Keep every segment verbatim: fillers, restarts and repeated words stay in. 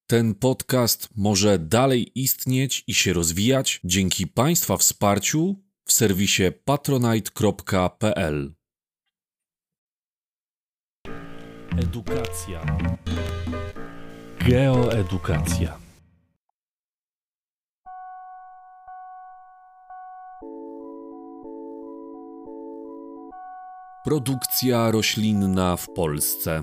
Ten podcast może dalej istnieć i się rozwijać dzięki Państwa wsparciu w serwisie patronite kropka p l. Edukacja. Geoedukacja. Produkcja roślinna w Polsce.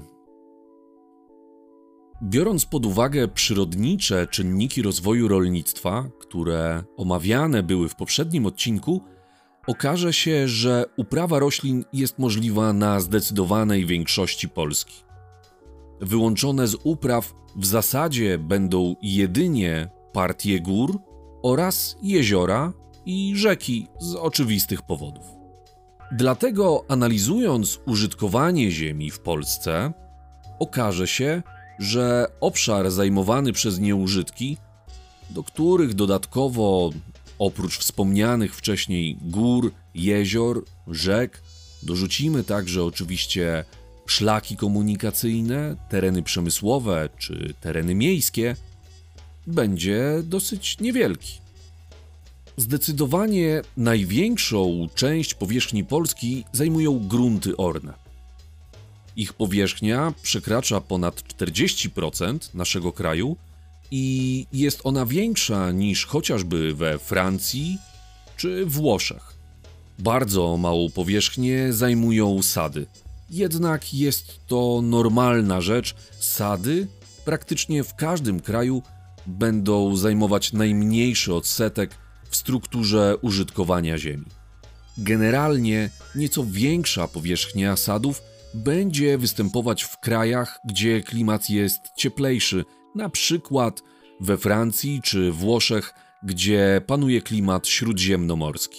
Biorąc pod uwagę przyrodnicze czynniki rozwoju rolnictwa, które omawiane były w poprzednim odcinku, okaże się, że uprawa roślin jest możliwa na zdecydowanej większości Polski. Wyłączone z upraw w zasadzie będą jedynie partie gór oraz jeziora i rzeki z oczywistych powodów. Dlatego analizując użytkowanie ziemi w Polsce, okaże się, że obszar zajmowany przez nieużytki, do których dodatkowo oprócz wspomnianych wcześniej gór, jezior, rzek, dorzucimy także oczywiście szlaki komunikacyjne, tereny przemysłowe czy tereny miejskie, będzie dosyć niewielki. Zdecydowanie największą część powierzchni Polski zajmują grunty orne. Ich powierzchnia przekracza ponad czterdzieści procent naszego kraju i jest ona większa niż chociażby we Francji czy Włoszech. Bardzo małą powierzchnię zajmują sady. Jednak jest to normalna rzecz. Sady praktycznie w każdym kraju będą zajmować najmniejszy odsetek w strukturze użytkowania ziemi. Generalnie nieco większa powierzchnia sadów będzie występować w krajach, gdzie klimat jest cieplejszy, na przykład we Francji czy Włoszech, gdzie panuje klimat śródziemnomorski.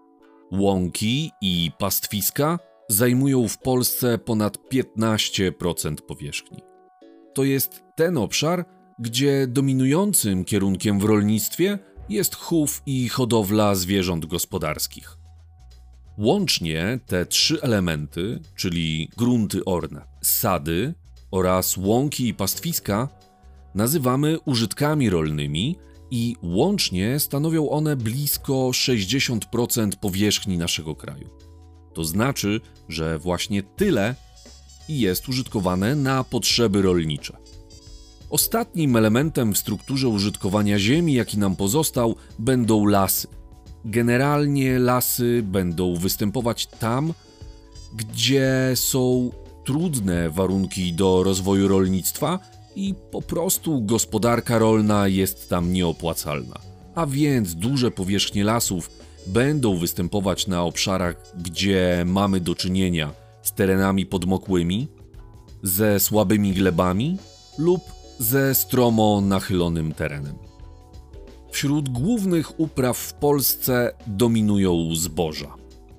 Łąki i pastwiska zajmują w Polsce ponad piętnaście procent powierzchni. To jest ten obszar, gdzie dominującym kierunkiem w rolnictwie jest chów i hodowla zwierząt gospodarskich. Łącznie te trzy elementy, czyli grunty orne, sady oraz łąki i pastwiska, nazywamy użytkami rolnymi i łącznie stanowią one blisko sześćdziesiąt procent powierzchni naszego kraju. To znaczy, że właśnie tyle jest użytkowane na potrzeby rolnicze. Ostatnim elementem w strukturze użytkowania ziemi, jaki nam pozostał, będą lasy. Generalnie lasy będą występować tam, gdzie są trudne warunki do rozwoju rolnictwa i po prostu gospodarka rolna jest tam nieopłacalna. A więc duże powierzchnie lasów będą występować na obszarach, gdzie mamy do czynienia z terenami podmokłymi, ze słabymi glebami lub ze stromo nachylonym terenem. Wśród głównych upraw w Polsce dominują zboża.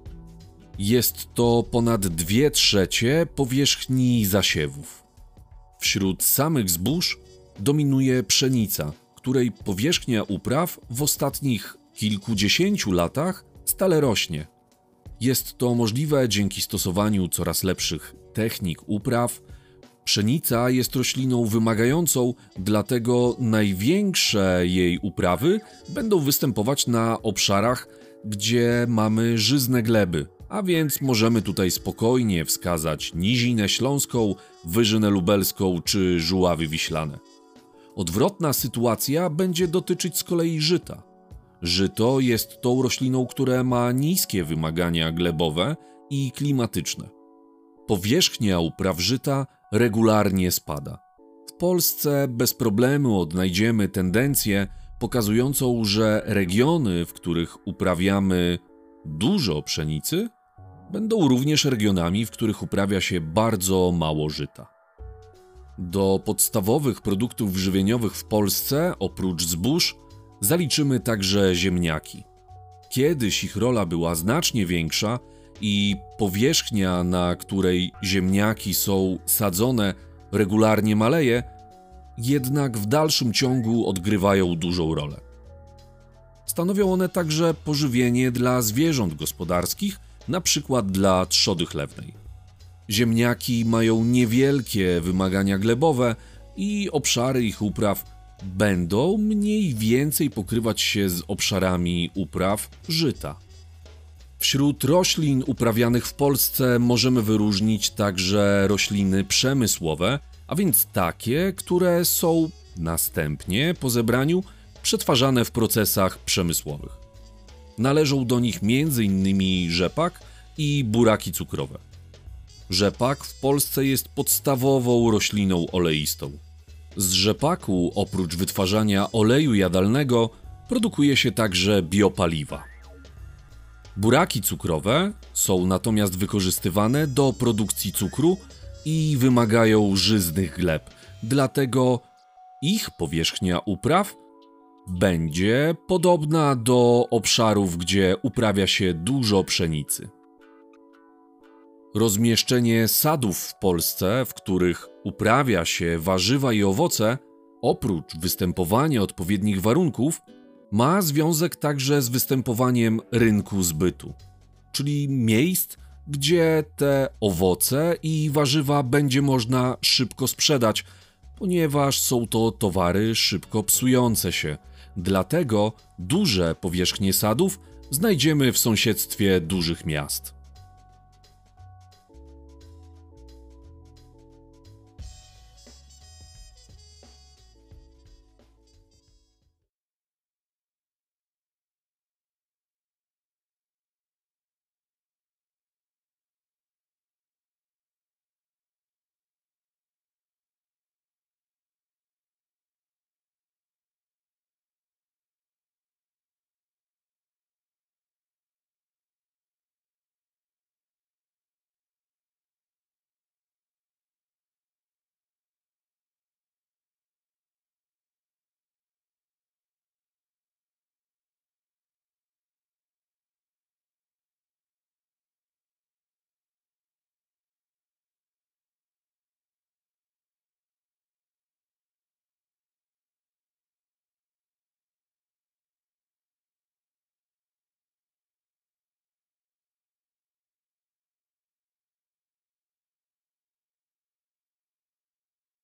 Jest to ponad dwie trzecie powierzchni zasiewów. Wśród samych zbóż dominuje pszenica, której powierzchnia upraw w ostatnich kilkudziesięciu latach stale rośnie. Jest to możliwe dzięki stosowaniu coraz lepszych technik upraw. Pszenica jest rośliną wymagającą, dlatego największe jej uprawy będą występować na obszarach, gdzie mamy żyzne gleby, a więc możemy tutaj spokojnie wskazać Nizinę Śląską, Wyżynę Lubelską czy Żuławy Wiślane. Odwrotna sytuacja będzie dotyczyć z kolei żyta. Żyto jest tą rośliną, która ma niskie wymagania glebowe i klimatyczne. Powierzchnia upraw żyta regularnie spada. W Polsce bez problemu odnajdziemy tendencję pokazującą, że regiony, w których uprawiamy dużo pszenicy, będą również regionami, w których uprawia się bardzo mało żyta. Do podstawowych produktów żywieniowych w Polsce, oprócz zbóż, zaliczymy także ziemniaki. Kiedyś ich rola była znacznie większa i powierzchnia, na której ziemniaki są sadzone, regularnie maleje, jednak w dalszym ciągu odgrywają dużą rolę. Stanowią one także pożywienie dla zwierząt gospodarskich, na przykład dla trzody chlewnej. Ziemniaki mają niewielkie wymagania glebowe i obszary ich upraw będą mniej więcej pokrywać się z obszarami upraw żyta. Wśród roślin uprawianych w Polsce możemy wyróżnić także rośliny przemysłowe, a więc takie, które są następnie po zebraniu przetwarzane w procesach przemysłowych. Należą do nich między innymi rzepak i buraki cukrowe. Rzepak w Polsce jest podstawową rośliną oleistą. Z rzepaku, oprócz wytwarzania oleju jadalnego, produkuje się także biopaliwa. Buraki cukrowe są natomiast wykorzystywane do produkcji cukru i wymagają żyznych gleb, dlatego ich powierzchnia upraw będzie podobna do obszarów, gdzie uprawia się dużo pszenicy. Rozmieszczenie sadów w Polsce, w których uprawia się warzywa i owoce, oprócz występowania odpowiednich warunków, ma związek także z występowaniem rynku zbytu, czyli miejsc, gdzie te owoce i warzywa będzie można szybko sprzedać, ponieważ są to towary szybko psujące się. Dlatego duże powierzchnie sadów znajdziemy w sąsiedztwie dużych miast.